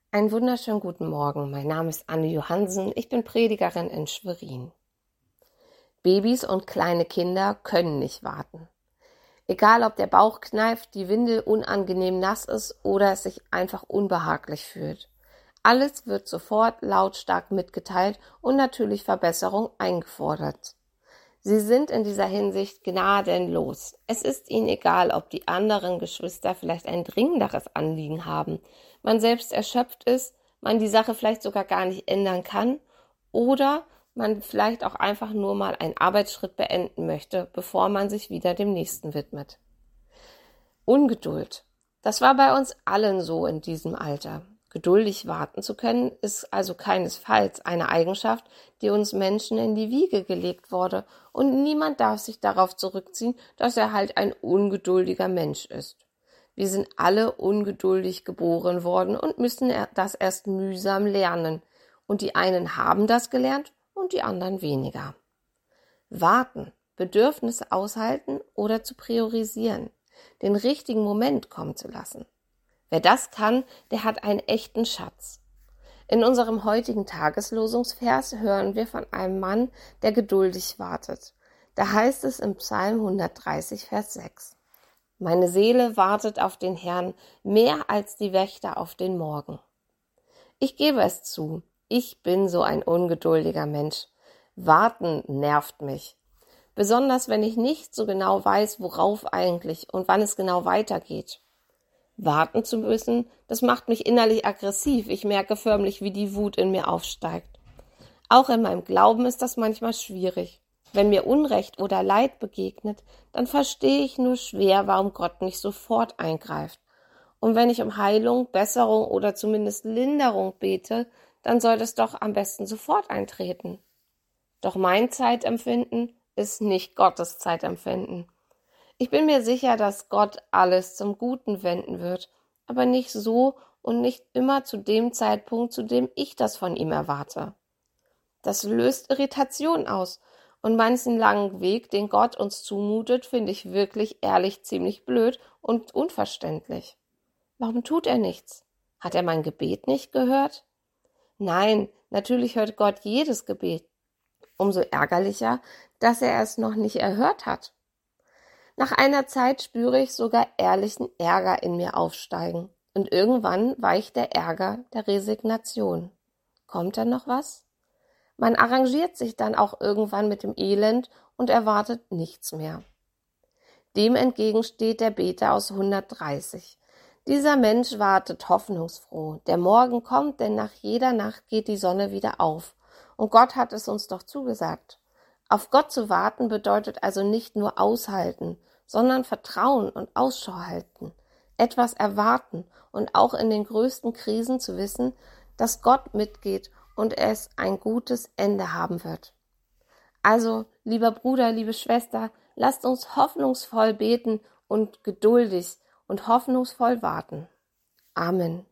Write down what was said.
Einen wunderschönen guten Morgen. Mein Name ist Anne Johansen. Ich bin Predigerin in Schwerin. Babys und kleine Kinder können nicht warten. Egal, ob der Bauch kneift, die Windel unangenehm nass ist oder es sich einfach unbehaglich fühlt. Alles wird sofort lautstark mitgeteilt und natürlich Verbesserung eingefordert. Sie sind in dieser Hinsicht gnadenlos. Es ist ihnen egal, ob die anderen Geschwister vielleicht ein dringenderes Anliegen haben, man selbst erschöpft ist, man die Sache vielleicht sogar gar nicht ändern kann oder man vielleicht auch einfach nur mal einen Arbeitsschritt beenden möchte, bevor man sich wieder dem nächsten widmet. Ungeduld. Das war bei uns allen so in diesem Alter. Geduldig warten zu können, ist also keinesfalls eine Eigenschaft, die uns Menschen in die Wiege gelegt wurde, und niemand darf sich darauf zurückziehen, dass er halt ein ungeduldiger Mensch ist. Wir sind alle ungeduldig geboren worden und müssen das erst mühsam lernen, und die einen haben das gelernt und die anderen weniger. Warten, Bedürfnisse aushalten oder zu priorisieren, den richtigen Moment kommen zu lassen. Wer das kann, der hat einen echten Schatz. In unserem heutigen Tageslosungsvers hören wir von einem Mann, der geduldig wartet. Da heißt es im Psalm 130, Vers 6. Meine Seele wartet auf den Herrn mehr als die Wächter auf den Morgen. Ich gebe es zu, ich bin so ein ungeduldiger Mensch. Warten nervt mich. Besonders wenn ich nicht so genau weiß, worauf eigentlich und wann es genau weitergeht. Warten zu müssen, das macht mich innerlich aggressiv. Ich merke förmlich, wie die Wut in mir aufsteigt. Auch in meinem Glauben ist das manchmal schwierig. Wenn mir Unrecht oder Leid begegnet, dann verstehe ich nur schwer, warum Gott nicht sofort eingreift. Und wenn ich um Heilung, Besserung oder zumindest Linderung bete, dann soll das doch am besten sofort eintreten. Doch mein Zeitempfinden ist nicht Gottes Zeitempfinden. Ich bin mir sicher, dass Gott alles zum Guten wenden wird, aber nicht so und nicht immer zu dem Zeitpunkt, zu dem ich das von ihm erwarte. Das löst Irritation aus, und manchen langen Weg, den Gott uns zumutet, finde ich wirklich ehrlich ziemlich blöd und unverständlich. Warum tut er nichts? Hat er mein Gebet nicht gehört? Nein, natürlich hört Gott jedes Gebet. Umso ärgerlicher, dass er es noch nicht erhört hat. Nach einer Zeit spüre ich sogar ehrlichen Ärger in mir aufsteigen. Und irgendwann weicht der Ärger der Resignation. Kommt da noch was? Man arrangiert sich dann auch irgendwann mit dem Elend und erwartet nichts mehr. Dem entgegen steht der Beter aus 130. Dieser Mensch wartet hoffnungsfroh. Der Morgen kommt, denn nach jeder Nacht geht die Sonne wieder auf. Und Gott hat es uns doch zugesagt. Auf Gott zu warten bedeutet also nicht nur aushalten, sondern Vertrauen und Ausschau halten, etwas erwarten und auch in den größten Krisen zu wissen, dass Gott mitgeht und es ein gutes Ende haben wird. Also, lieber Bruder, liebe Schwester, lasst uns hoffnungsvoll beten und geduldig und hoffnungsvoll warten. Amen.